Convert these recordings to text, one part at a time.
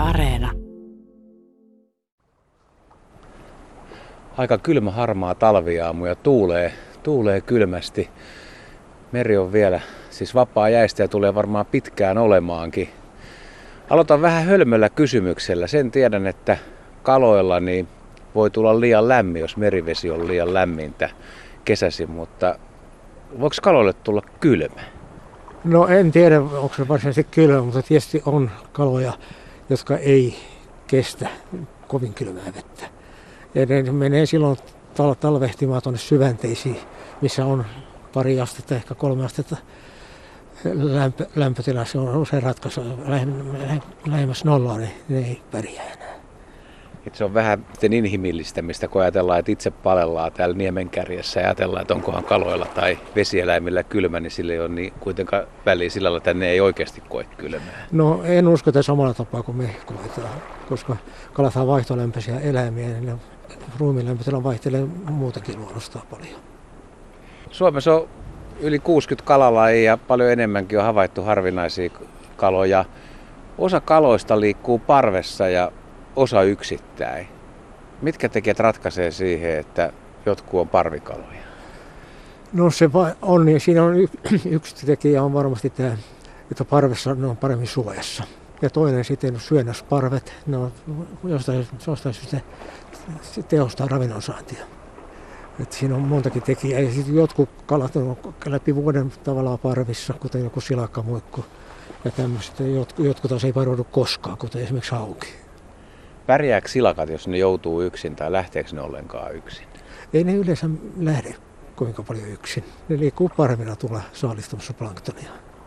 Areena. Aika kylmä harmaa talviaamu ja tuulee kylmästi. Meri on vielä siis vapaa jäistä ja tulee varmaan pitkään olemaankin. Aloitan vähän hölmöllä kysymyksellä. Sen tiedän, että kaloilla niin voi tulla liian lämmin, jos merivesi on liian lämmintä kesäisin, mutta voiko kaloille tulla kylmä? No en tiedä, onko se varsinaisesti kylmä, mutta tietysti on kaloja, jotka ei kestä kovin kylmää vettä. Ja ne menee silloin talvehtimaan tuonne syvänteisiin, missä on 2 astetta, ehkä 3 astetta lämpötila. Se on usein ratkaisu. Lähemmäs nollaa, niin ne ei pärjää enää. Et se on vähän inhimillistämistä, kun ajatellaan, että itse palellaan täällä niemenkärjessä ja ajatellaan, että onkohan kaloilla tai vesieläimillä kylmä, niin sillä ei ole niin kuitenkaan väliä sillä lailla, että ne ei oikeasti koe kylmää. No en usko, että samalla tapaa kuin me koetaan, koska kalat on vaihtolämpöisiä eläimiä, niin ruumiin lämpötila vaihtelee muutakin luonnostaan paljon. Suomessa on yli 60 kalalajia ja paljon enemmänkin on havaittu harvinaisia kaloja. Osa kaloista liikkuu parvessa ja osa yksittäin. Mitkä tekijät ratkaisee siihen, että jotkut on parvikaloja? No se on, niin siinä on yksi tekijä on varmasti tämä, että parvessa ne on paremmin suojassa. Ja toinen sitten syönnösparvet, ne on jostain syystä tehostaa ravinnonsaantia. Että siinä on montakin tekijää. Ja sitten jotkut kalat on läpi vuoden tavallaan parvissa, kuten joku silakkamuikku. Ja tämmöiset, jotkut taas ei paroudu koskaan, kuten esimerkiksi hauki. Pärjääkö silakat, jos ne joutuu yksin tai lähteekö ne ollenkaan yksin? Ei ne yleensä lähde kuinka paljon yksin. Ne liikkuu paremmilla tulla saalistamassa planktonia.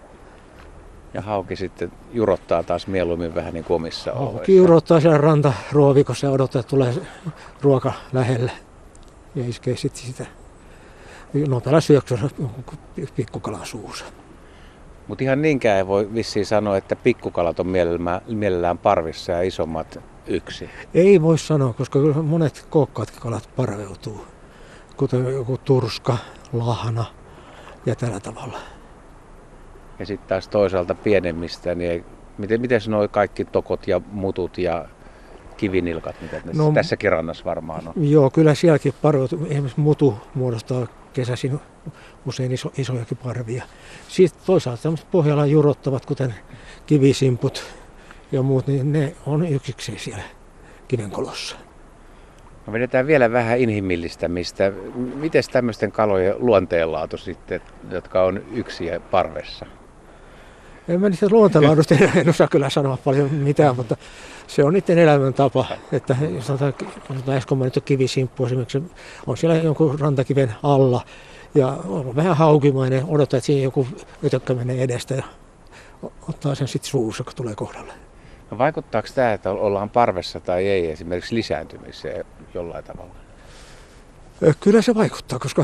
Ja hauki sitten jurottaa taas mieluummin vähän niin kuin omissa oloissa. Hauki jurottaa siellä rantaruovikossa ja odottaa, että tulee ruoka lähelle. Ja iskee sitten sitä nopealla syöksyllä pikkukalan suussa. Mutta ihan niinkään ei voi vissiin sanoa, että pikkukalat on mielellään parvissa ja isommat yksin. Ei voi sanoa, koska monet kookkaatkin kalat parveutuu, kuten joku turska, lahna ja tällä tavalla. Ja sitten taas toisaalta pienemmistä, niin miten nuo kaikki tokot ja mutut ja kivinilkat, mitä tässäkin rannassa varmaan on? Joo, kyllä sielläkin parveutuu. Esimerkiksi mutu muodostaa kesäisin usein isojakin parvia. Sitten toisaalta tämmöiset pohjalla jurottavat, kuten kivisimput ja muut, niin ne on yksikseen siellä kivenkolossa. No vedetään vielä vähän inhimillistämistä. Miten tämmöisten kalojen luonteenlaatu sitten, jotka on yksin parvessa? En mä niistä luonteenlaadusta en osaa kyllä sanoa paljon mitään, mutta se on niiden elämäntapa. Että sanotaan äsken mainittu kivisimppu esimerkiksi on siellä jonkun rantakiven alla ja on vähän haukimainen, odottaa, että siinä joku ötökkä menee edestä ja ottaa sen sitten suussa, kun tulee kohdalle. No vaikuttaako tämä, että ollaan parvessa tai ei esimerkiksi lisääntymiseen jollain tavalla? Kyllä se vaikuttaa, koska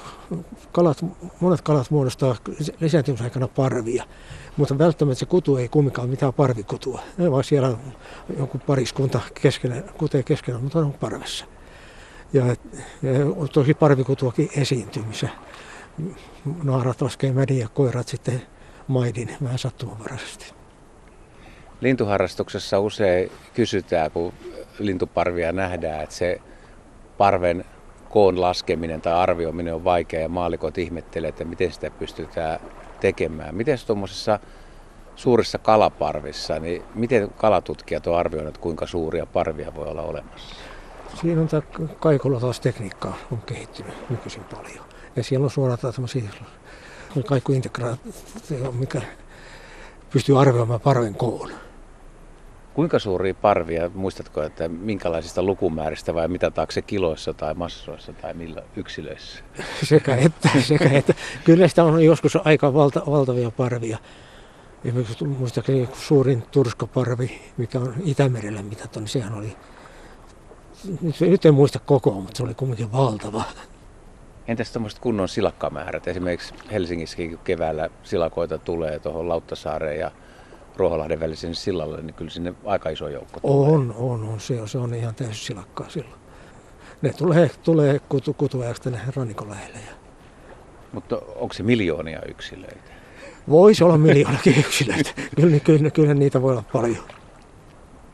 monet kalat muodostaa lisääntymisaikana parvia, mutta välttämättä se kutu ei kumminkaan mitään parvikutua. Ne vaan siellä joku pariskunta kutee keskenään, mutta on parvessa. Ja toki parvikutuakin esiintyy, missä naarat laskee mädin ja koirat sitten maidin vähän sattumanvaraisesti. Lintuharrastuksessa usein kysytään, kun lintuparvia nähdään, että se parven koon laskeminen tai arvioiminen on vaikea ja maallikot ihmettelee, että miten sitä pystytään tekemään. Miten tuommoisessa suurissa kalaparvissa, niin miten kalatutkijat on arvioineet, kuinka suuria parvia voi olla olemassa? Siinä on tämä kaikulataustekniikka on kehittynyt nykyisin paljon. Ja siellä on suoraan tämmöisiä kaikuintegraatio, mikä pystyy arvioimaan parven koon. Kuinka suuria parvia, muistatko, että minkälaisista lukumääristä vai mitataanko se kiloissa tai massoissa tai millä yksilöissä? Sekä että. Kyllä sitä on joskus aika valtavia parvia. Esimerkiksi muistaakseni suurin turskaparvi, mikä on Itämerellä mitattu, niin sehän oli, nyt en muista kokoa, mutta se oli kuitenkin valtava. Entäs tämmöiset kunnon silakkamäärät? Esimerkiksi Helsingissäkin, kun keväällä silakoita tulee tuohon Lauttasaareen ja Ruoholahden välisen sillalle, niin kyllä sinne aika iso joukko tulee. On. Se on ihan täysin silakkaa silloin. Ne tulee kutuajaksi tänne rannikon lähelle. Mutta onko se miljoonia yksilöitä? Voisi olla miljoonakin yksilöitä. Kyllä niitä voi olla paljon.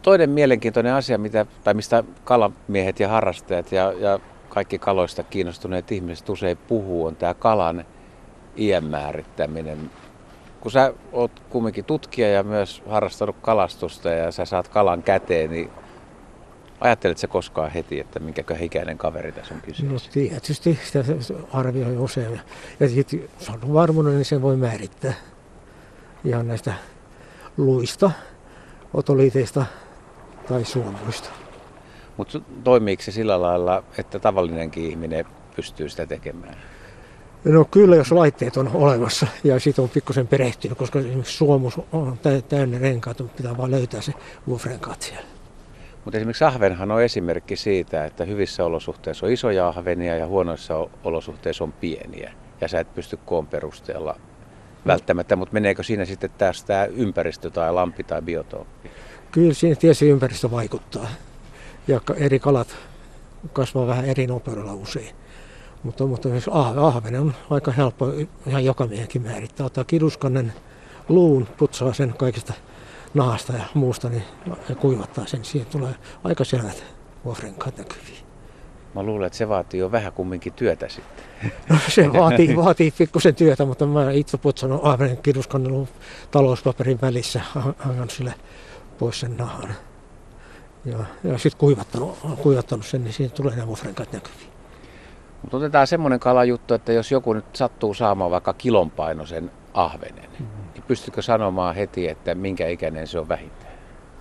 Toinen mielenkiintoinen asia, mistä kalamiehet ja harrastajat ja kaikki kaloista kiinnostuneet ihmiset usein puhuu, on tämä kalan iän määrittäminen. Kun sä oot kumminkin tutkija ja myös harrastanut kalastusta ja sä saat kalan käteen, niin ajattelet sä koskaan heti, että minkäkö ikäinen kaveri tässä on kyseessä? No tietysti sitä arvioi usein. Ja sitten sanon varmuuden, niin sen voi määrittää ihan näistä luista, otoliiteista tai suomuista. Mutta toimiiko se sillä lailla, että tavallinenkin ihminen pystyy sitä tekemään? No kyllä, jos laitteet on olemassa ja siitä on pikkusen perehtynyt, koska esimerkiksi suomus on täynnä renkaat, pitää vaan löytää se vuofrenkaat siellä. Mutta esimerkiksi ahvenhan on esimerkki siitä, että hyvissä olosuhteissa on isoja ahvenia ja huonoissa olosuhteissa on pieniä. Ja sä et pysty koon perusteella välttämättä, mutta meneekö siinä sitten taas tämä ympäristö tai lampi tai biotooppi? Kyllä siinä tietysti ympäristö vaikuttaa ja eri kalat kasvaa vähän eri nopeudella usein. Mutta myös ahvenen on aika helppo ihan jokamiehänkin määrittää. Ottaa kiduskannen luun, putsaa sen kaikista nahasta ja muusta niin, ja kuivattaa sen. Siihen tulee aika selvät vuofrenkaat näkyviin. Mä luulen, että se vaatii jo vähän kumminkin työtä sitten. No, se vaatii pikkusen työtä, mutta mä itse putsan ahvenen kiduskannen talouspaperin välissä, hangan sille pois sen nahan. Ja sitten kuivattanut sen, niin siihen tulee nämä vuofrenkaat näkyviin. Mutta otetaan semmoinen kalajuttu, että jos joku nyt sattuu saamaan vaikka kilonpainoisen ahvenen, niin pystytkö sanomaan heti, että minkä ikäinen se on vähintään?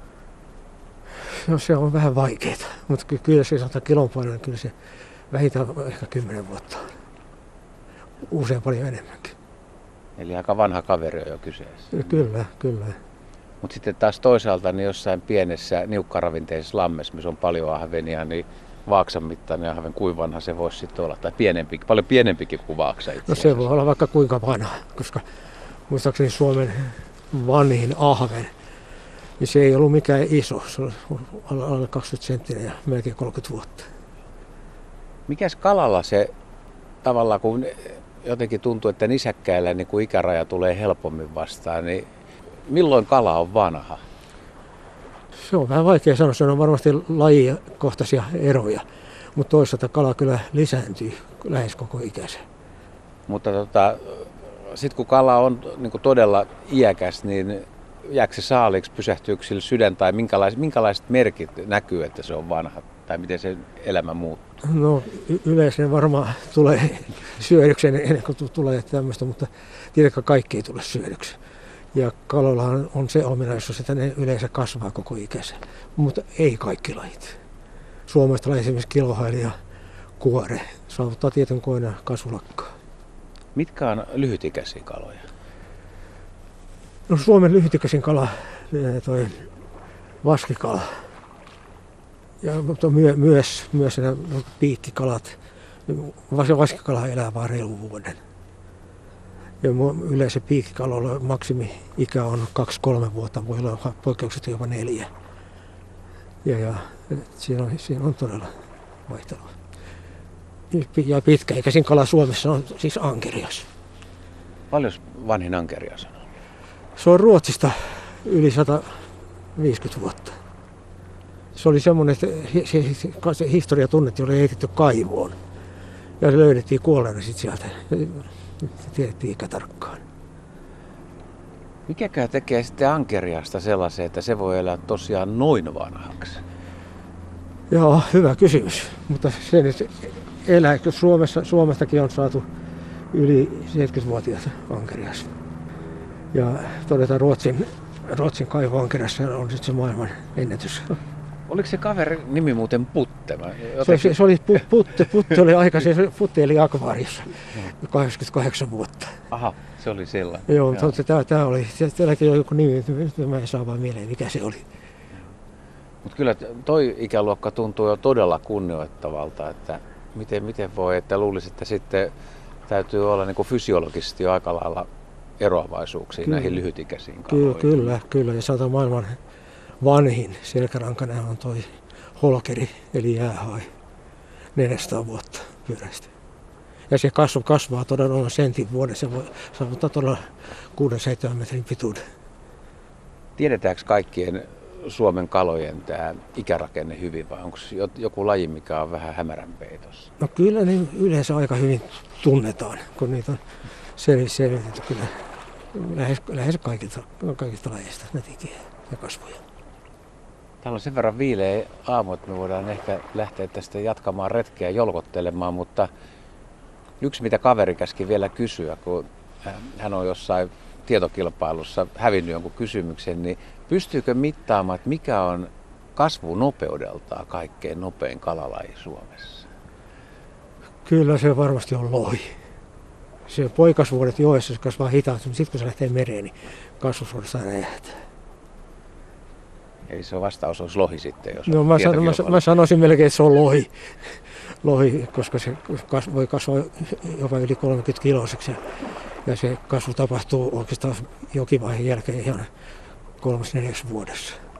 No se on vähän vaikeaa, mutta kyllä se sanotaan kilonpainoinen, kyllä se vähintään ehkä 10 vuotta on. Usein paljon enemmänkin. Eli aika vanha kaveri on jo kyseessä. Kyllä. Mutta sitten taas toisaalta niin jossain pienessä niukkaravinteisessa lammessa, missä on paljon ahvenia, niin vaaksan mittainen ahven, kuinka vanha se voisi sitten olla? Tai paljon pienempikin kuin vaaksa itse asiassa. No se voi olla vaikka kuinka vanha, koska muistaakseni Suomen vanhin ahven, niin se ei ollut mikään iso. Se oli alle 20 senttinen ja melkein 30 vuotta. Mikäs kalalla se tavallaan, kun jotenkin tuntuu, että nisäkkäillä niin kun ikäraja tulee helpommin vastaan, niin milloin kala on vanha? Se on vähän vaikea sanoa, se on varmasti lajikohtaisia eroja, mutta toisaalta kala kyllä lisääntyy lähes koko ikäisen. Mutta sitten kun kala on niin kuin todella iäkäs, niin jääkö se saaliksi, pysähtyykö sillä sydän tai minkälaiset merkit näkyy, että se on vanha tai miten se elämä muuttuu? No yleensä varmaan tulee syödyksi ennen kuin tulee tämmöistä, mutta tietenkään kaikki ei tule syödyksi. Ja kalollahan on se ominaisuus, että ne yleensä kasvaa koko ikäisen, mutta ei kaikki lajit. Suomesta esimerkiksi kilohaili ja kuore saavuttaa tietyn koina kasvulakkaa. Mitkä on lyhytikäisiä kaloja? No Suomen lyhytikäisin kala, toi vaskikala. Ja mutta myös nämä piikkikalat. Vaskikala elää vain reilun vuoden. Ja yleensä piikkikaloilla maksimi-ikä on 2-3 vuotta, voi olla poikkeuksista jopa 4. Ja siinä on todella vaihtelua. Ja pitkäikäisin kala Suomessa on siis ankerias. Paljon vanhin ankerias on? Se on Ruotsista yli 150 vuotta. Se oli semmoinen, että se historia tunnettiin, oli heitetty kaivoon. Ja se löydettiin kuolleena sitten sieltä. Tiedettiin ikä tarkkaan. Mikäkään tekee sitten ankeriasta sellaisen, että se voi elää tosiaan noin vanhaksi? Joo, hyvä kysymys. Mutta se nyt elää, Suomestakin on saatu yli 70-vuotiaat ankerias. Ja todetaan Ruotsin kaivoankeriassa on sitten se maailman ennätys. Oliko se kaveri nimi muuten Putte? Se oli Putte. Putte oli aikaisemmin, Putte eli akvaariossa 88 vuotta. Aha, se oli sellainen. Joo, mutta tämä oli, täälläkin oli joku nimi, mä en saa vaan mieleen mikä se oli. Mutta kyllä toi ikäluokka tuntuu jo todella kunnioittavalta, että miten voi, että luulisi, että sitten täytyy olla niin kuin fysiologisesti jo aika lailla eroavaisuuksia näihin lyhytikäisiin kaloihin. Kyllä, ja sanotaan maailman vanhin selkärankana on toi holkeri, eli jäähai, 400 vuotta pyöräistä. Ja se kasvaa todella noin sentin vuodessa, se voi saavuttaa todella 6-7 metrin pituuden. Tiedetäänkö kaikkien Suomen kalojen tämä ikärakenne hyvin vai onko joku laji, mikä on vähän hämärän peitossa? No kyllä niin yleensä aika hyvin tunnetaan, kun niitä on selvitetty kyllä lähes kaikista lajeista nätikiä ja kasvoja. Täällä on sen verran viileä aamu, että me voidaan ehkä lähteä tästä jatkamaan retkeä jolkottelemaan, mutta yksi mitä kaveri käski vielä kysyä, kun hän on jossain tietokilpailussa hävinnyt jonkun kysymyksen, niin pystyykö mittaamaan, että mikä on kasvunopeudeltaan kaikkein nopein kalalaji Suomessa? Kyllä se varmasti on lohi. Se poikasvuodet joessa se kasvaa hitaasti, mutta sitten kun se lähtee mereen, niin kasvusuudessa räjähtää. Eli se vastaus olisi lohi sitten, jos no, mä sanoisin melkein, että se on lohi, koska se voi kasvaa jopa yli 30 kiloiseksi. Ja se kasvu tapahtuu oikeastaan jokivaiheen jälkeen ihan 3-4 vuodessa.